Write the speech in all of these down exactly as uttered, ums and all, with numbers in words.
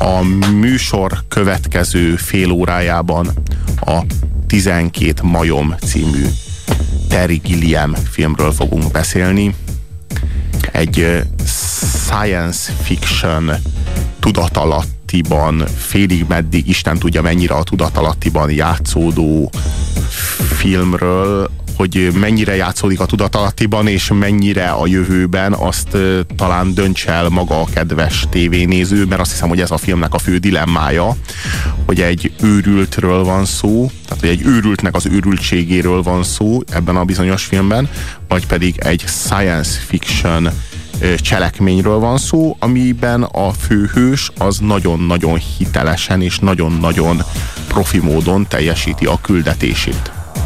A műsor következő fél órájában a tizenkét majom című Terry Gilliam filmről fogunk beszélni. Egy science fiction tudatalattiban, félig meddig, Isten tudja mennyire a tudatalattiban játszódó filmről. Hogy mennyire játszódik a tudatalattiban, és mennyire a jövőben, azt uh, talán dönts el maga a kedves tévénéző, mert azt hiszem, hogy ez a filmnek a fő dilemmája, hogy egy őrültről van szó, tehát hogy egy őrültnek az őrültségéről van szó ebben a bizonyos filmben, vagy pedig egy science fiction uh, cselekményről van szó, amiben a főhős az nagyon-nagyon hitelesen és nagyon-nagyon profi módon teljesíti a küldetését.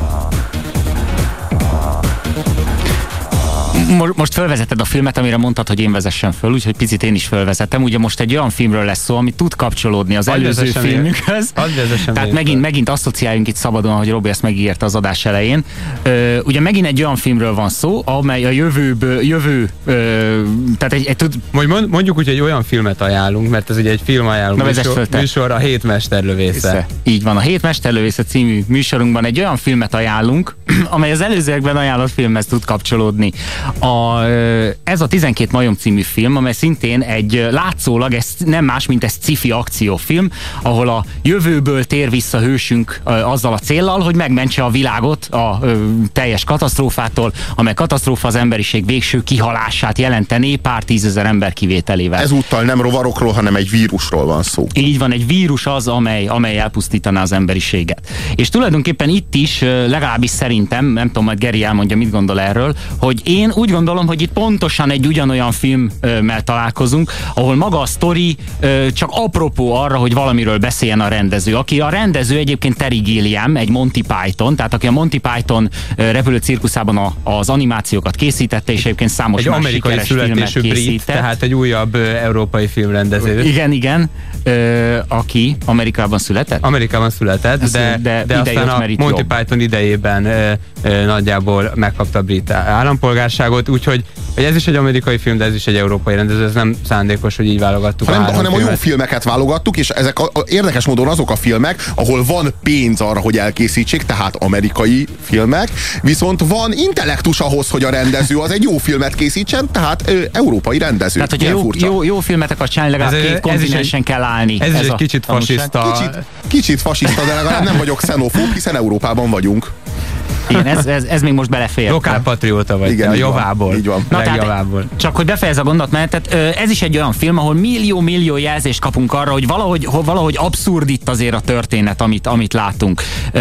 Most felvezeted a filmet, amire mondtad, hogy én vezessem föl, úgyhogy picit én is felvezetem. Ugye most egy olyan filmről lesz szó, ami tud kapcsolódni az előző filmünkhöz. Tehát megint, megint asszociáljunk itt szabadon, ahogy Robi ezt megígérte az adás elején. Ö, ugye megint egy olyan filmről van szó, amely a jövőből, jövő, ö, tehát egy, egy tud... Mondjuk úgy, hogy olyan filmet ajánlunk, mert ez ugye egy film ajánlunk műsor, műsor, a Hét mesterlövésze. Így van, a Hét mesterlövésze című műsorunkban egy olyan filmet ajánlunk, amely az előzőekben ajánlott filmhez tud kapcsolódni. A, ez a tizenkét majom című film, amely szintén egy látszólag, ez nem más, mint egy sci-fi akciófilm, ahol a jövőből tér vissza hősünk azzal a céllal, hogy megmentse a világot a teljes katasztrófától, amely katasztrófa az emberiség végső kihalását jelenteni pár tízezer ember kivételével. Ezúttal nem rovarokról, hanem egy vírusról van szó. Így van, egy vírus az, amely, amely elpusztítaná az emberiséget. És tulajdonképpen itt is, legalábbis szerintem, nem tudom, majd Geri elmondja, mit gondol erről, hogy én úgy gondolom, hogy itt pontosan egy ugyanolyan filmmel találkozunk, ahol maga a sztori csak apropó arra, hogy valamiről beszéljen a rendező. Aki a rendező egyébként Terry Gilliam, egy Monty Python, tehát aki a Monty Python repülő cirkuszában a, az animációkat készítette, és egyébként számos egy más sikeres filmet készített. Tehát egy újabb ö, európai filmrendező. Igen, igen. Ö, aki Amerikában született? Amerikában született, Ez de, de, de aztán a Monty jobb. Python idejében ö, ö, nagyjából megkapta a brit állampolgárságot, úgyhogy ez is egy amerikai film, de ez is egy európai rendező, ez nem szándékos, hogy így válogattuk. Hanem, a, hanem a jó filmet. filmeket válogattuk, és ezek a, a, érdekes módon azok a filmek, ahol van pénz arra, hogy elkészítsék, tehát amerikai filmek, viszont van intellektus ahhoz, hogy a rendező az egy jó filmet készítsen, tehát ö, európai rendező. Tehát, hogyha jó, jó, jó filmet akarsz csinálni, legalább ez két kontinensen kell állni. Ez, ez is ez egy kicsit fasiszta. Kicsit, kicsit fasiszta, de legalább nem vagyok xenofób, hiszen Európában vagyunk. Igen, ez, ez, ez még most belefér. Lokálpatrióta vagy. Igen, a javából. Így van. Na, tehát, csak hogy befejez a gondolatmenetet, ez is egy olyan film, ahol millió-millió jelzést kapunk arra, hogy valahogy, valahogy abszurd itt azért a történet, amit, amit látunk.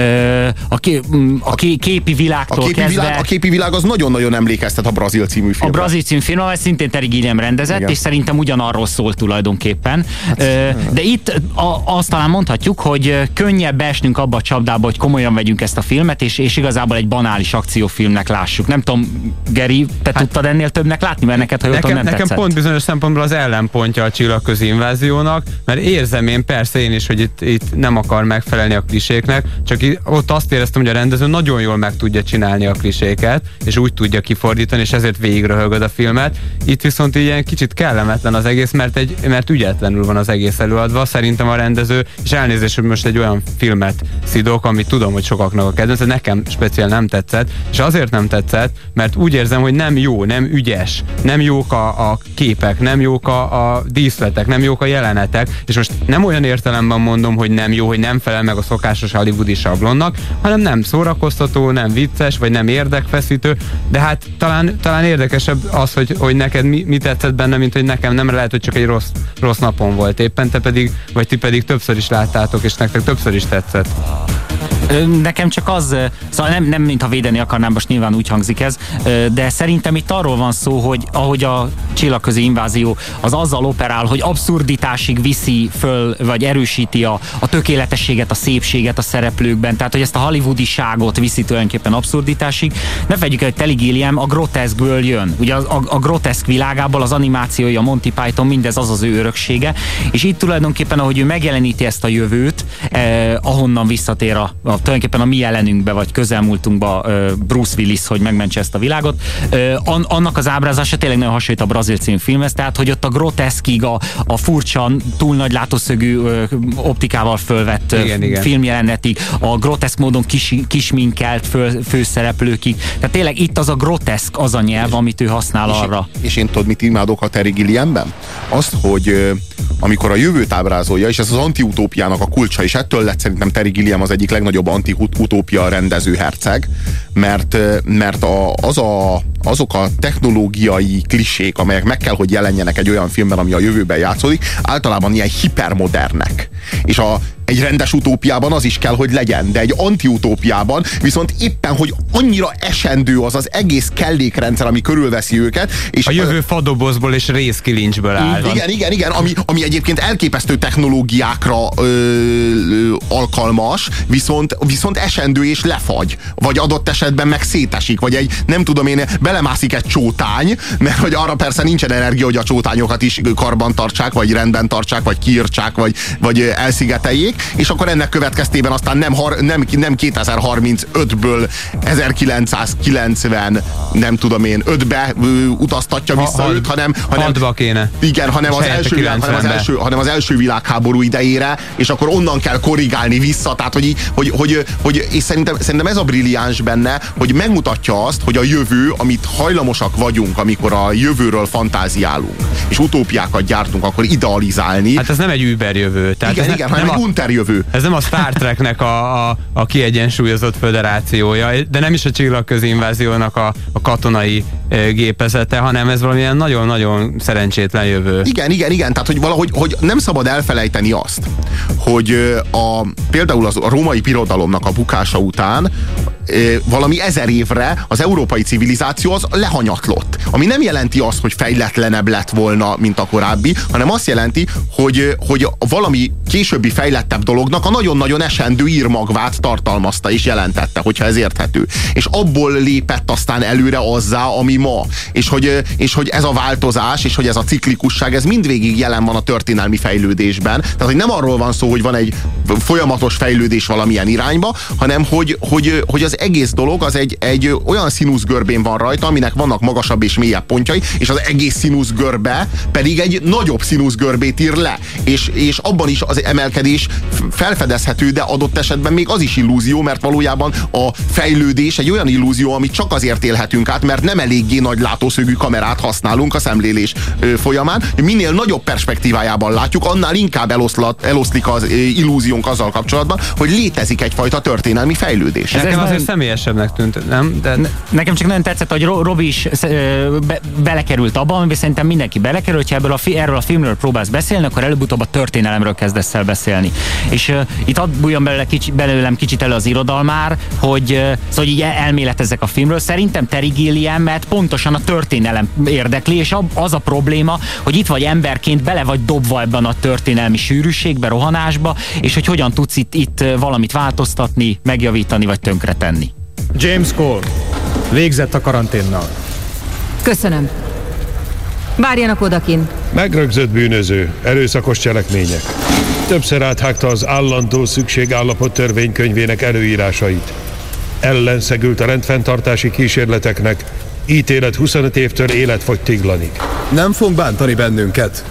A, ké, a ké, képi világtól a képi kezdve... Világ, a képi világ az nagyon-nagyon emlékeztet a Brazil című filmre. A Brazil című film, amely szintén Terry Gilliam rendezett, igen. És szerintem ugyanarról szól tulajdonképpen. Hát, de itt a, azt talán mondhatjuk, hogy könnyebb beesnünk abba a csapdába, hogy komolyan vegyünk ezt a filmet, és, és igazából egy banális akciófilmnek lássuk. Nem tudom, Geri, te hát, tudtad ennél többnek látni, mert neked, ha jól tudom, nem nekem tetszett. Pont bizonyos szempontból az ellenpontja a Csillagközi inváziónak, mert érzem én, persze én is, hogy itt, itt nem akar megfelelni a kliséknek, csak ott azt éreztem, hogy a rendező nagyon jól meg tudja csinálni a kliséket, és úgy tudja kifordítani, és ezért végigröhögöd a filmet. Itt viszont ilyen kicsit kellemetlen az egész, mert, egy, mert ügyetlenül van az egész előadva, szerintem a rendező, és elnézést, hogy most egy olyan filmet szidok, amit tudom, hogy sokaknak a kedvenc, nekem speciál nem tetszett, és azért nem tetszett, mert úgy érzem, hogy nem jó, nem ügyes, nem jók a, a képek, nem jók a, a díszletek, nem jók a jelenetek, és most nem olyan értelemben mondom, hogy nem jó, hogy nem felel meg a szokásos hollywoodi sablonnak, hanem nem szórakoztató, nem vicces, vagy nem érdekfeszítő, de hát talán, talán érdekesebb az, hogy, hogy neked mi, mi tetszett benne, mint hogy nekem nem lehet, hogy csak egy rossz, rossz napon volt éppen, te pedig, vagy ti pedig többször is láttátok, és nektek többször is tetszett. Nekem csak az, szóval nem, nem mintha védeni akarnám, most nyilván úgy hangzik ez, de szerintem itt arról van szó, hogy ahogy a Csillagközi invázió az azzal operál, hogy abszurditásig viszi föl, vagy erősíti a, a tökéletességet, a szépséget a szereplőkben, tehát hogy ezt a hollywoodiságot viszi tulajdonképpen abszurditásig. Ne vegyük el, hogy Terry Gilliam a groteszkből jön. Ugye a, a, a groteszk világából az animációja, a Monty Python, mindez az az ő öröksége, és itt tulajdonképpen, ahogy ő megjeleníti ezt a jövőt, eh, ahonnan visszatér a, a tulajdonképpen a mi jelenünkbe, vagy közelmúltunkba Bruce Willis, hogy megmentse ezt a világot. An, annak az ábrázása tényleg nagyon hasonlít a Brazil című filmhez, tehát hogy ott a groteszkig, a, a furcsa, túl nagy látószögű optikával fölvett igen, igen. filmjelenetig, a groteszk módon kis, kisminkelt fő, főszereplőkig. Tehát tényleg itt az a groteszk az a nyelv, és, amit ő használ és arra. Én, és én tudod, mit imádok a Terry Gilliamben? Azt, hogy amikor a jövőt ábrázolja, és ez az antiutópiának a kulcsa, és ettől lett szerintem Terry Gilliam az egyik legnagyobb antiutópia rendező herceg, mert, mert a, az a, azok a technológiai klisék, amelyek meg kell, hogy jelenjenek egy olyan filmben, ami a jövőben játszódik, általában ilyen hipermodernek. És a egy rendes utópiában az is kell, hogy legyen, de egy antiutópiában viszont éppen, hogy annyira esendő az az egész kellékrendszer, ami körülveszi őket. És a jövő fadobozból és részkilincsből áll. Igen, igen, igen, ami, ami egyébként elképesztő technológiákra ö, ö, alkalmas, viszont, viszont esendő és lefagy. Vagy adott esetben meg szétesik, vagy egy, nem tudom én, belemászik egy csótány, mert hogy arra persze nincsen energia, hogy a csótányokat is karban tartsák, vagy rendben tartsák, vagy kiirtsák, vagy, vagy elszigeteljék, és akkor ennek következtében aztán nem, nem, nem kétezer-harmincötből ezerkilencszázkilencven, nem tudom én, ötbe utaztatja vissza ha, őt, hanem, hanem hatba kéne. Igen, hanem az, első, hanem, az első, hanem az első világháború idejére, és akkor onnan kell korrigálni vissza, tehát hogy, hogy, hogy, hogy és szerintem, szerintem ez a brilliáns benne, hogy megmutatja azt, hogy a jövő, amit hajlamosak vagyunk, amikor a jövőről fantáziálunk, és utópiákat gyártunk, akkor idealizálni. Hát ez nem egy Uber jövő. Tehát igen, ez igen, ne, hanem nem egy Unterjövő. Ez nem a Star Treknek a, a, a kiegyensúlyozott föderációja, de nem is a Csillagközi inváziónak a, a katonai e, gépezete, hanem ez valamilyen nagyon-nagyon szerencsétlen jövő. Igen, igen, igen, tehát hogy valahogy hogy nem szabad elfelejteni azt, hogy a, például az, a római birodalomnak a bukása után valami ezer évre az európai civilizáció az lehanyatlott. Ami nem jelenti azt, hogy fejletlenebb lett volna, mint a korábbi, hanem azt jelenti, hogy, hogy valami későbbi fejlettebb dolognak a nagyon-nagyon esendő írmagvát tartalmazta és jelentette, hogyha ez érthető. És abból lépett aztán előre azzá, ami ma. És hogy, és hogy ez a változás, és hogy ez a ciklikusság, ez mindvégig jelen van a történelmi fejlődésben. Tehát, hogy nem arról van szó, hogy van egy folyamatos fejlődés valamilyen irányba, hanem hogy, hogy, hogy az egész dolog az egy, egy olyan színuszgörbén van rajta, aminek vannak magasabb és mélyebb pontjai, és az egész színuszgörbe pedig egy nagyobb színuszgörbét ír le. És, és abban is az emelkedés felfedezhető, de adott esetben még az is illúzió, mert valójában a fejlődés egy olyan illúzió, amit csak azért élhetünk át, mert nem eléggé nagy látószögű kamerát használunk a szemlélés folyamán. Minél nagyobb perspektívájában látjuk, annál inkább eloszlat, eloszlik az illúziónk azzal kapcsolatban, hogy létezik egyfajta történelmi fejlődés. Ez nekem azért személyesebbnek tűnt, nem? De... Ne, nekem csak nagyon tetszett, hogy Robi is be, belekerült abba, amiben szerintem mindenki belekerül, hogyha ebből a, erről a filmről próbálsz beszélni, akkor előbb-utóbb a történelemről kezdesz el beszélni. És uh, itt ad bújjon belőle kicsi, belőlem kicsit elő az irodalmár, hogy, uh, szóval, hogy így elméletezzek a filmről. Szerintem Terry Gilliamet pontosan a történelem érdekli, és az a probléma, hogy itt vagy emberként bele vagy dobva ebben a történelmi sűrűségbe, rohanásba, és hogy hogyan tudsz itt, itt valamit változtatni, megjavítani, vagy tönkretenni. James Cole végzett a karanténnal. Köszönöm. Várjanak odakint. Megrögzött bűnöző, erőszakos cselekmények. Többször áthágta az állandó szükségállapot törvénykönyvének előírásait. Ellenszegült a rendfenntartási kísérleteknek, ítélet huszonöt évtől életfogytiglanig. Nem fog bántani bennünket.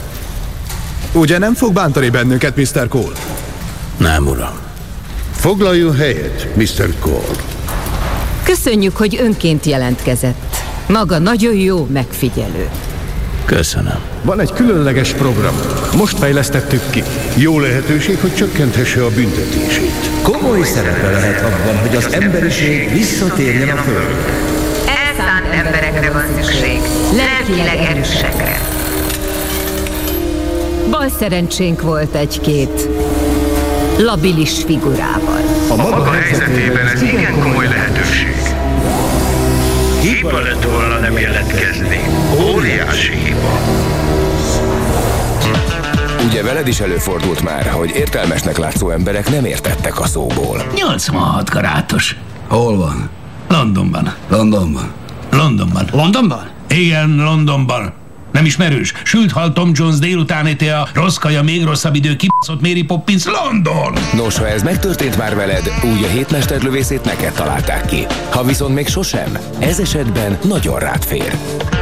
Ugye nem fog bántani bennünket, miszter Cole? Nem, uram. Foglaljon helyet, miszter Cole. Köszönjük, hogy önként jelentkezett. Maga nagyon jó megfigyelő. Köszönöm. Van egy különleges program. Most fejlesztettük ki. Jó lehetőség, hogy csökkenthesse a büntetését. Komoly szerepe lehet abban, hogy az emberiség visszatérjen a Földre. Elszánt emberekre van szükség, lelkileg erősekre. Bal szerencsénk volt egy-két labilis figurával. A maga helyzetében ez igen komoly lehetőség. Hiba lett volna nem jelentkezni. Óriási hiba. Ugye veled is előfordult már, hogy értelmesnek látszó emberek nem értettek a szóból. nyolcvanhat karátos. Hol van? Londonban. Londonban. Londonban. Londonban? Igen, Londonban. Nem ismerős? Sült hal Tom Jones délután a rossz kaja, még rosszabb idő, kibaszott Mary Poppins London! Nos, ha ez megtörtént már veled, úgy a hétmesterlövészét neked találták ki. Ha viszont még sosem, ez esetben nagyon rád fér.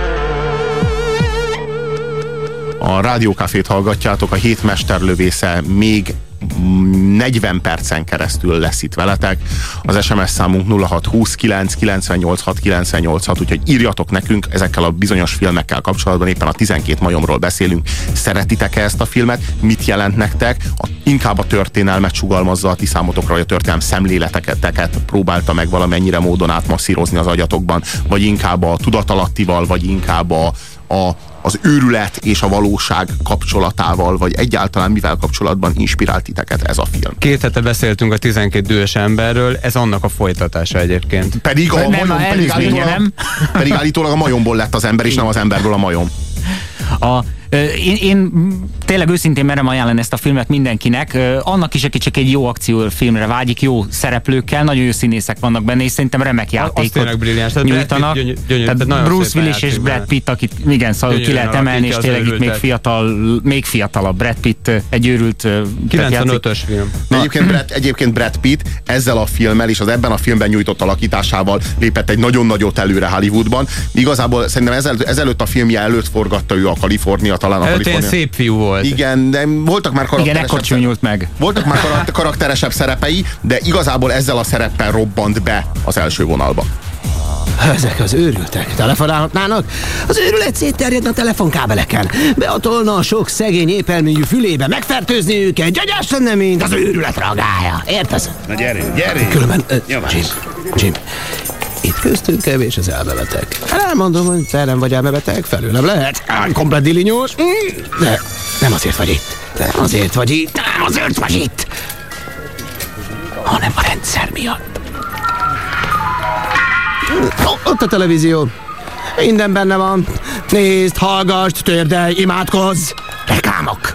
A Rádiókafét hallgatjátok, a hét mesterlövésze még negyven percen keresztül lesz itt veletek. Az es em es számunk nulla hat húsz kilenc kilencvennyolc hat kilencvennyolc hat, úgyhogy írjatok nekünk ezekkel a bizonyos filmekkel kapcsolatban, éppen a tizenkét majomról beszélünk. Szeretitek-e ezt a filmet? Mit jelent nektek? A, inkább a történelmet sugalmazza a ti számotokra, vagy a történelem szemléleteket próbálta meg valamennyire módon átmasszírozni az agyatokban, vagy inkább a tudatalattival, vagy inkább a, a az őrület és a valóság kapcsolatával, vagy egyáltalán mivel kapcsolatban inspirált titeket ez a film? Két hete beszéltünk a tizenkét dühös emberről, ez annak a folytatása egyébként. Pedig, a nem, majom, a pedig, állítólag, nem. pedig állítólag a majomból lett az ember, és nem az emberből a majom. A, én, én tényleg őszintén merem ajánlani ezt a filmet mindenkinek, annak is, aki csak egy jó akciófilmre vágyik, jó szereplőkkel, nagyon jó színészek vannak benne, és szerintem remek játékot nyújtanak. Gyönyör, gyönyör, tehát tehát Bruce Willis és Brad Pitt, akit igen, szóval ki lehet emelni, és tényleg itt még fiatal, még fiatalabb Brad Pitt, egy őrült kilencvenötös film. Egyébként Brad, egyébként Brad Pitt ezzel a filmmel és az ebben a filmben nyújtott alakításával lépett egy nagyon nagyot előre Hollywoodban. Igazából szerintem ezel, ezelőtt a filmje előtt forgatta ő a Kalifornia, talán a Kalifornia. Szép fiú volt. Igen, de voltak már karakteresebb, igen, meg. voltak már karakteresebb szerepei, de igazából ezzel a szereppel robbant be az első vonalba. Ezek az őrültek telefonálhatnának? Az őrület szétterjedne a telefonkábeleken. Beatolna a sok szegény épelműjű fülébe, megfertőzni őket, gyagyás lenne, mint az őrület ragája. Értesz? Na gyere, gyere! Különben, uh, Jim, Jim, itt köztünk kevés az elmebeteg. Elmondom, hogy te nem vagy elmebeteg, felőlem lehet. Komplet dilinyós. De nem azért vagy itt. Nem azért vagy itt. Nem azért vagy itt. Hanem a rendszer miatt. Ott a televízió. Minden benne van. Nézd, hallgass, térdelj, imádkozz. Reklámok.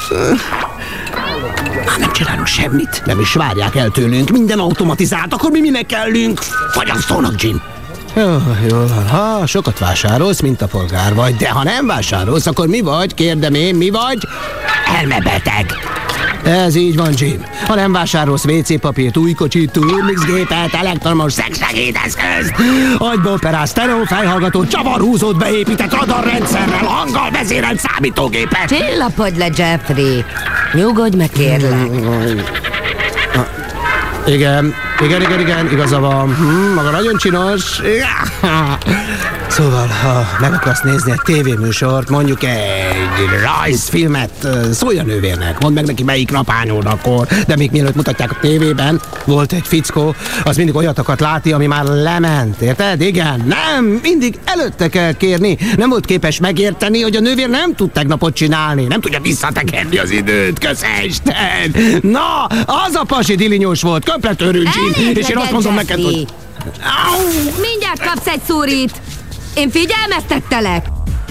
Már nem csinálunk semmit. Nem is várják el tőlünk. Minden automatizált, akkor mi minek kellünk? Hogyan szólnak, Jim? Jó, jó van. Ha sokat vásárolsz, mint a polgár vagy, de ha nem vásárolsz, akkor mi vagy? Kérdem én, mi vagy? Elmebeteg. Ez így van, Jim. Ha nem vásárolsz vé cé papírt, új kocsit, turmixgépet, elektromos szexsegédeszközt, agyba operált sztereó fejhallgató, csavarhúzót beépített radarrendszerrel, hanggal vezérelt számítógépet. Csillapodj le, Jeffrey. Nyugodj meg, kérlek. Igen, igen, igen, igen, igaza van. Hm, maga nagyon csinos. Szóval, ha meg akarsz nézni egy tévéműsort, mondjuk egy rajzfilmet, szólj a nővérnek, mondd meg neki, melyik napányod akkor, de még mielőtt mutatják a tévében, volt egy fickó, az mindig olyat akart látni, ami már lement, érted? Igen, nem, mindig előtte kell kérni, nem volt képes megérteni, hogy a nővér nem tud tegnapot csinálni, nem tudja visszatekerni az időt, kösze Isten! Na, az a pasi dilinyós volt, komplet örült, és én azt mondom neked, hogy... Mindjárt kapsz egy szúrit! Én figyelmeztettelek!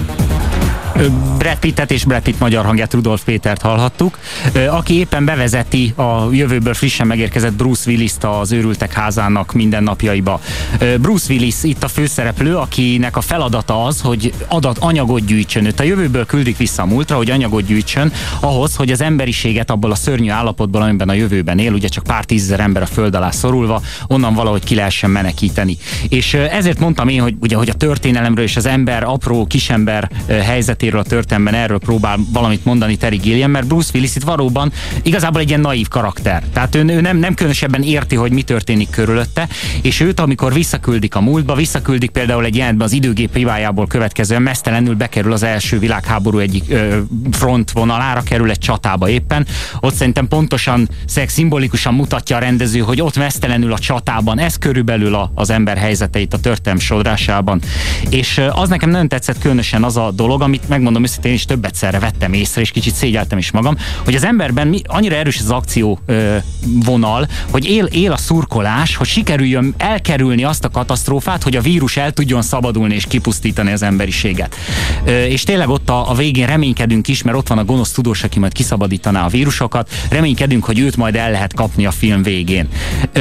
Brad Pittet és Brad Pitt magyar hangját, Rudolf Pétert hallhattuk, aki éppen bevezeti a jövőből frissen megérkezett Bruce Willis-t az őrültek házának mindennapjaiba. Bruce Willis itt a főszereplő, akinek a feladata az, hogy adat, anyagot gyűjtsön. Őt a jövőből küldik vissza a múltra, hogy anyagot gyűjtsön ahhoz, hogy az emberiséget abból a szörnyű állapotból, amiben a jövőben él, ugye csak pár tízezer ember a föld alá szorulva, onnan valahogy ki lehessen menekíteni. És ezért mondtam én, hogy ugye, hogy a történelemről és az ember, apró kisember helyzetéről a történelemben erről próbál valamit mondani Terry Gilliam, mert Bruce Willis itt valóban igazából egy ilyen naív karakter. Tehát ő, ő nem, nem különösebben érti, hogy mi történik körülötte, és őt, amikor visszaküldik a múltba, visszaküldik például egy jelentben az időgép hibájából következően meztelenül bekerül az első világháború egyik ö, frontvonalára, kerül egy csatába éppen. Ott szerintem pontosan, szimbolikusan mutatja a rendező, hogy ott meztelenül a csatában, ez körülbelül a, az ember helyzeteit a történelem sodrásában. És az nekem nagyon tetszett különösen az a dolog, amit megmondom őszintén, én is több egyszerre vettem észre, és kicsit szégyeltem is magam, hogy az emberben mi, annyira erős az akció ö, vonal, hogy él, él a szurkolás, hogy sikerüljön elkerülni azt a katasztrófát, hogy a vírus el tudjon szabadulni és kipusztítani az emberiséget. Ö, és tényleg ott a, a végén reménykedünk is, mert ott van a gonosz tudós, aki majd kiszabadítaná a vírusokat, reménykedünk, hogy őt majd el lehet kapni a film végén. Ö,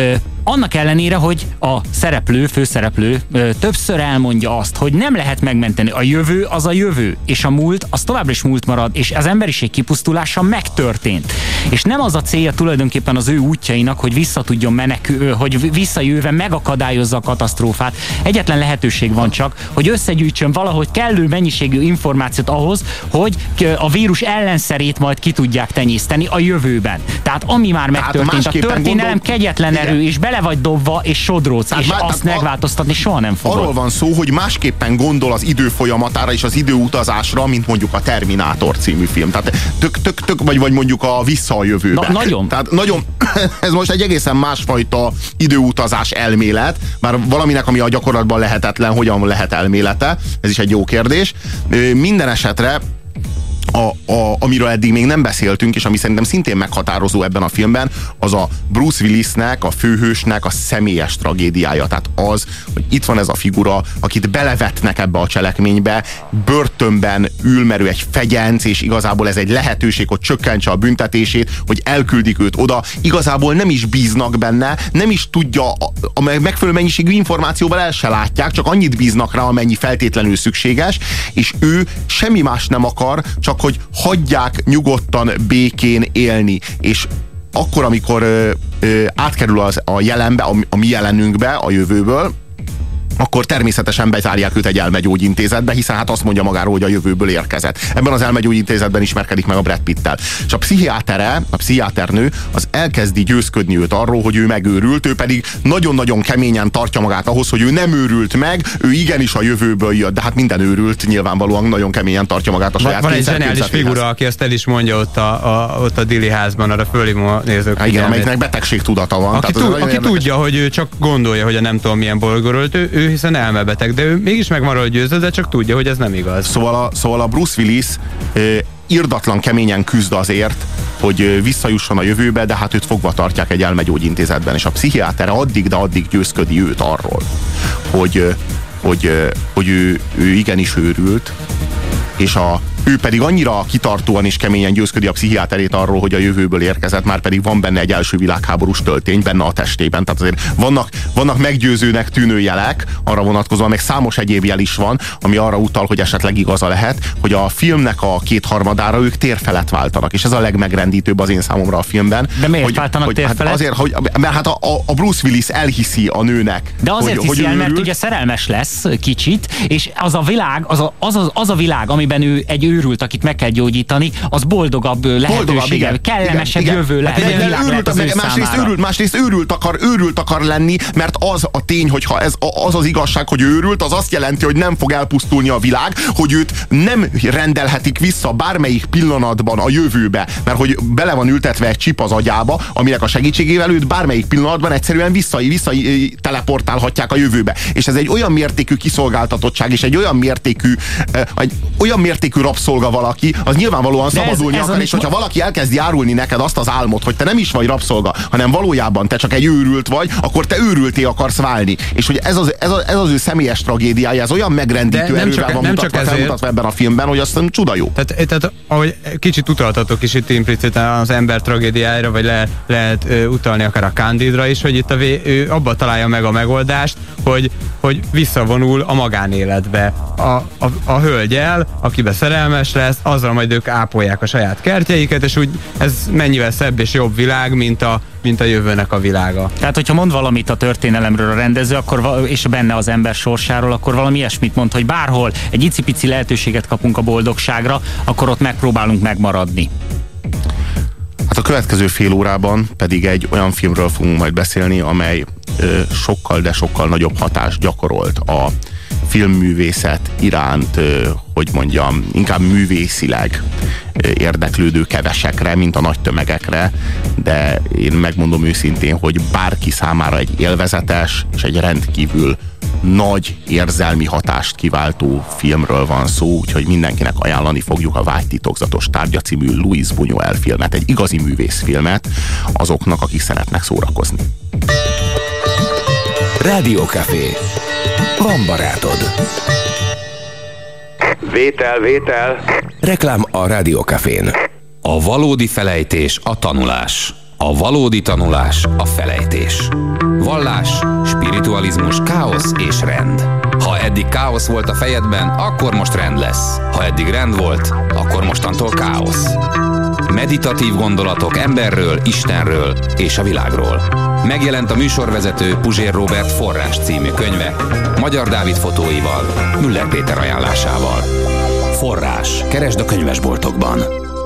annak ellenére, hogy a szereplő, főszereplő ö, többször elmondja azt, hogy nem lehet megmenteni. A jövő az a jövő, és a múlt az továbbra is múlt marad, és az emberiség kipusztulása megtörtént. És nem az a célja tulajdonképpen az ő útjainak, hogy vissza tudjon menekül, hogy visszajöve megakadályozza a katasztrófát. Egyetlen lehetőség van csak, hogy összegyűjtsön valahogy kellő mennyiségű információt ahhoz, hogy a vírus ellenszerét majd ki tudják tenyészteni a jövőben. Tehát ami már megtörtént, a történelem gondol... kegyetlen erő, és bele vagy dobva, és sodróc, tehát és már, azt megváltoztatni soha nem fogod. Arról van szó, hogy másképpen gondol az idő folyamatára és az időutazásra, mint mondjuk a Terminátor című film. Tehát tök, tök, tök vagy, vagy mondjuk a Vissza a jövőbe. Na, nagyon. Tehát nagyon, ez most egy egészen másfajta időutazás elmélet, már valaminek, ami a gyakorlatban lehetetlen, hogyan lehet elmélete, ez is egy jó kérdés. Minden esetre A, a, amiről eddig még nem beszéltünk, és ami szerintem szintén meghatározó ebben a filmben, az a Bruce Willisnek, a főhősnek a személyes tragédiája. Tehát az, hogy itt van ez a figura, akit belevetnek ebbe a cselekménybe, börtönben ül, mert ő egy fegyenc, és igazából ez egy lehetőség, hogy csökkentse a büntetését, hogy elküldik őt oda. Igazából nem is bíznak benne, nem is tudja, a, a megfelelő mennyiségű információval el se látják, csak annyit bíznak rá, amennyi feltétlenül szükséges, és ő semmi más nem akar, csak hogy hagyják nyugodtan, békén élni. És akkor, amikor ö, ö, átkerül az, a jelenbe, a, a mi jelenünkbe, a jövőből, akkor természetesen bezárják őt egy elmegyógyintézetbe, hiszen hát azt mondja magáról, hogy a jövőből érkezett. Ebben az elmegyógyintézetben ismerkedik meg a Brad Pittel. És a pszichiátere, a pszichiáternő az elkezdi győzködni őt arról, hogy ő megőrült, ő pedig nagyon-nagyon keményen tartja magát ahhoz, hogy ő nem őrült meg, ő igenis a jövőből jött, de hát minden őrült nyilvánvalóan nagyon keményen tartja magát a saját Van egy zseniális figura, aki ezt el is mondja ott a, a, ott a Dili házban, arra fölhívom a nézők. Hát igen, amelyiknek betegségtudata van. Aki, tehát tud, aki tudja, hogy ő csak gondolja, hogy a nem tudom milyen bolygóról, ő, ő hiszen elmebeteg, de ő mégis meg van róla győző, de csak tudja, hogy ez nem igaz. Szóval a, szóval a Bruce Willis eh, irdatlan keményen küzd azért, hogy visszajusson a jövőbe, de hát őt fogva tartják egy elmegyógyintézetben, és a pszichiátere addig, de addig győzködi őt arról, hogy, hogy, hogy ő, ő igenis őrült, és a ő pedig annyira kitartóan és keményen győzködi a pszichiáterét arról, hogy a jövőből érkezett, már pedig van benne egy első világháborús töltény benne a testében. Tehát azért vannak, vannak meggyőzőnek tűnő jelek arra vonatkozóan, meg számos egyéb jel is van, ami arra utal, hogy esetleg igaza lehet, hogy a filmnek a kétharmadára ők tér felett váltanak. És ez a legmegrendítőbb az én számomra a filmben. De miért hogy, váltanak hogy, tér felett? Hát azért, hogy, mert hát a, a Bruce Willis elhiszi a nőnek. De azért hogy, hiszi hogy el, mert őrült. ugye szerelmes lesz kicsit, és az a világ, az a, az, a, az a világ, amiben ő egy őrült, akit meg kell gyógyítani, az boldogabb lehetősége, kellemesebb igen, jövő lehet. Hát, egy világ őrült, lehet az másrészt, őrült, másrészt őrült akar, őrült akar lenni, mert az a tény, hogyha ez az az igazság, hogy őrült, az azt jelenti, hogy nem fog elpusztulni a világ, hogy őt nem rendelhetik vissza bármelyik pillanatban a jövőbe, mert hogy bele van ültetve egy csip az agyába, aminek a segítségével őt bármelyik pillanatban egyszerűen vissza, vissza teleportálhatják a jövőbe. És ez egy olyan mértékű kiszolgáltatottság, és egy olyan mértékű, egy olyan mértékű rabszolga valaki, az nyilvánvalóan de szabadulni ez, ez akar, és hogyha valaki elkezdi árulni neked azt az álmot, hogy te nem is vagy rabszolga, hanem valójában te csak egy őrült vagy, akkor te őrülté akarsz válni. És hogy ez az, ez az, ez az ő személyes tragédiája, ez olyan megrendítő erővel csak, van mutatva, ezért... felmutatva ebben a filmben, hogy azt csuda jó. Tehát, tehát ahogy kicsit utaltatok is itt impliciten az ember tragédiájára, vagy le, lehet ö, utalni akár a Candidra is, hogy itt a vé, ő abba találja meg a megoldást, hogy, hogy visszavonul a magánéletbe. A, a, a hölgyel, akibe szerelmes lesz, azzal majd ők ápolják a saját kertjeiket, és úgy ez mennyivel szebb és jobb világ, mint a, mint a jövőnek a világa. Tehát, hogyha mond valamit a történelemről a rendező, akkor, és benne az ember sorsáról, akkor valami ilyesmit mond, hogy bárhol egy icipici lehetőséget kapunk a boldogságra, akkor ott megpróbálunk megmaradni. Hát a következő fél órában pedig egy olyan filmről fogunk majd beszélni, amely ö, sokkal, de sokkal nagyobb hatást gyakorolt a filmművészet iránt, ö, hogy mondjam, inkább művészileg ö, érdeklődő kevesekre, mint a nagy tömegekre, de én megmondom őszintén, hogy bárki számára egy élvezetes és egy rendkívül nagy érzelmi hatást kiváltó filmről van szó, úgyhogy mindenkinek ajánlani fogjuk a Vágy titokzatos tárgya című Luis Buñuel filmet, egy igazi művészfilmet azoknak, akik szeretnek szórakozni. Rádiókafé. Van barátod. Vétel, vétel. Reklám a Rádiókafén. A valódi felejtés a tanulás. A valódi tanulás a felejtés. Vallás, spiritualizmus, káosz és rend. Ha eddig káosz volt a fejedben, akkor most rend lesz. Ha eddig rend volt, akkor mostantól káosz. Meditatív gondolatok emberről, Istenről és a világról. Megjelent a műsorvezető Puzsér Róbert Forrás című könyve, Magyar Dávid fotóival, Müller Péter ajánlásával. Forrás. Keresd a könyvesboltokban.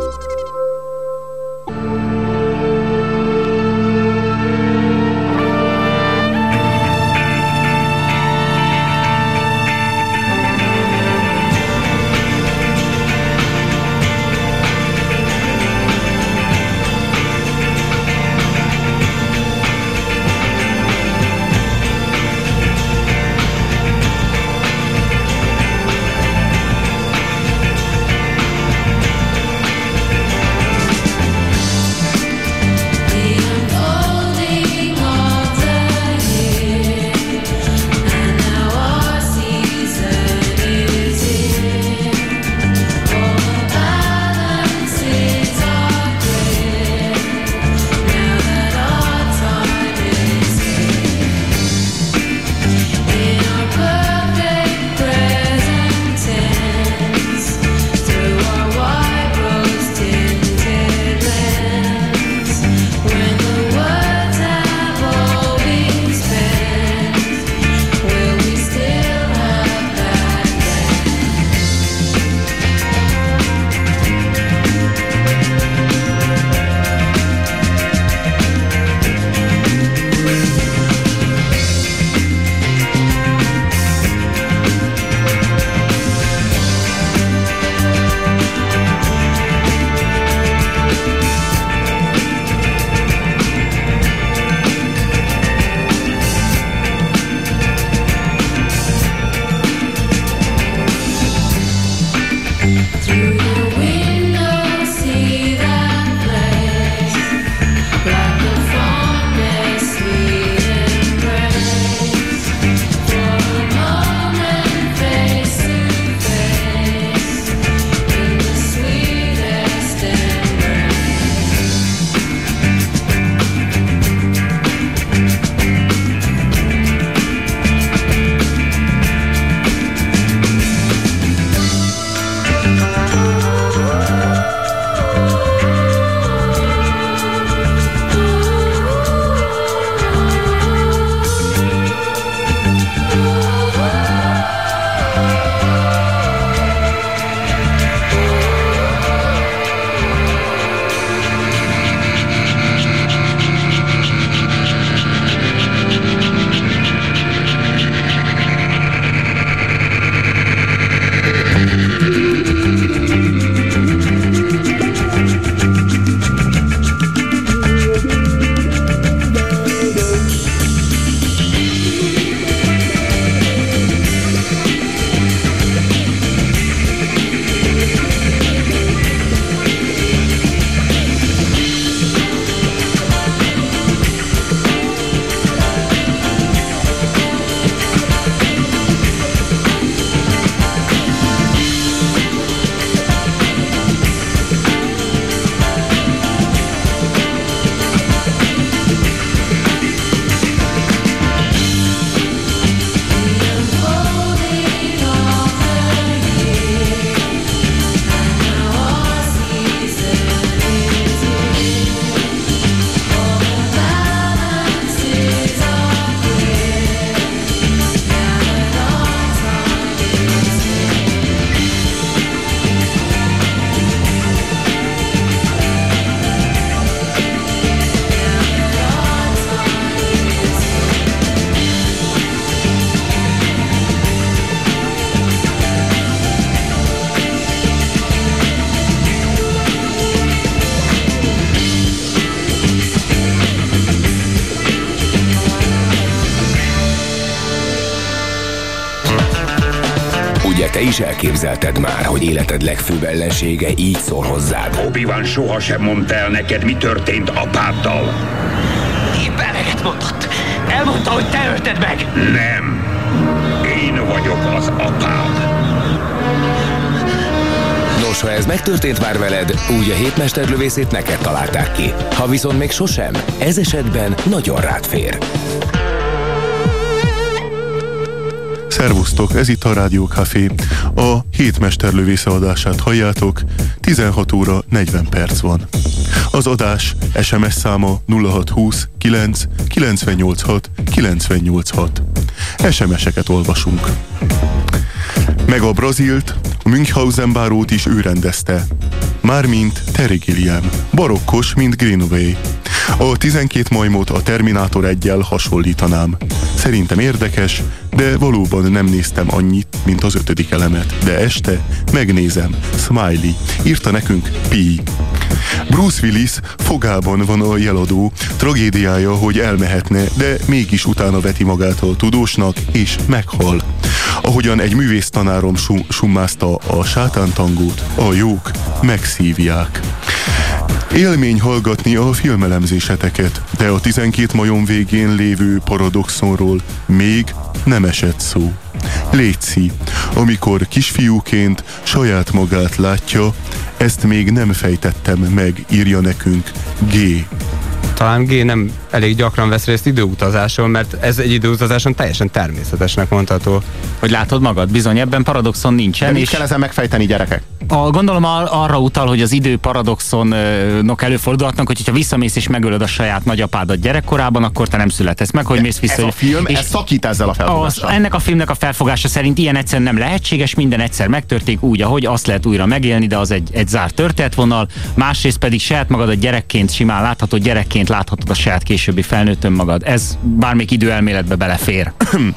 Te is elképzelted már, hogy életed legfőbb ellensége így szól hozzád. Obi-Wan sohasem mondta el neked, mi történt apáddal. Épp eleget mondott. Elmondta, hogy te ölted meg. Nem. Én vagyok az apád. Nos, Nos, ha ez megtörtént már veled, úgy a hétmesterlövészét neked találták ki. Ha viszont még sosem, ez esetben nagyon rád fér. Szervusztok, ez itt a Rádió Café. A hétmesterlövésze adását halljátok, tizenhat óra negyven perc van. Az adás es em es száma nulla hat húsz kilenc kilencvennyolchat kilencvennyolchat. es em es-eket olvasunk. Meg a Brazilt, a Münchhausen bárót is ő rendezte. Mármint Terry Gilliam, barokkos, mint Greenaway. A tizenkét majmot a Terminátor egyel hasonlítanám. Szerintem érdekes, de valóban nem néztem annyit, mint az ötödik elemet. De este megnézem. Smiley. Írta nekünk Pi. Bruce Willis fogában van a jeladó, tragédiája, hogy elmehetne, de mégis utána veti magát a tudósnak, és meghal. Ahogyan egy művésztanárom sum- summázta a sátántangót, a jók megszívják. Élmény hallgatni a filmelemzéseteket, de a tizenkét majom végén lévő paradoxonról még nem esett szó. Létszi, amikor kisfiúként saját magát látja, ezt még nem fejtettem meg, írja nekünk G. Talán G nem elég gyakran vesz részt időutazáson, mert ez egy időutazáson teljesen természetesnek mondható. Hogy látod magad, bizony ebben paradoxon nincsen. Nem és kell ezen megfejteni, gyerekek? A, gondolom ar- arra utal, hogy az idő paradoxonok előfordulhatnak, hogyha visszamész és megölöd a saját nagyapádat gyerekkorában, akkor te nem születesz meg, hogy mész vissza. Ez a film, ez szakít ezzel a felfogással. Ennek a filmnek a felfogása szerint ilyen egyszer nem lehetséges, minden egyszer megtörténik úgy, ahogy azt lehet újra megélni, de az egy, egy zárt történetvonal. Másrészt pedig saját magadat gyerekként, simán láthatod, gyerekként láthatod a saját későbbi felnőtt önmagad. Ez bármelyik időelméletbe belefér.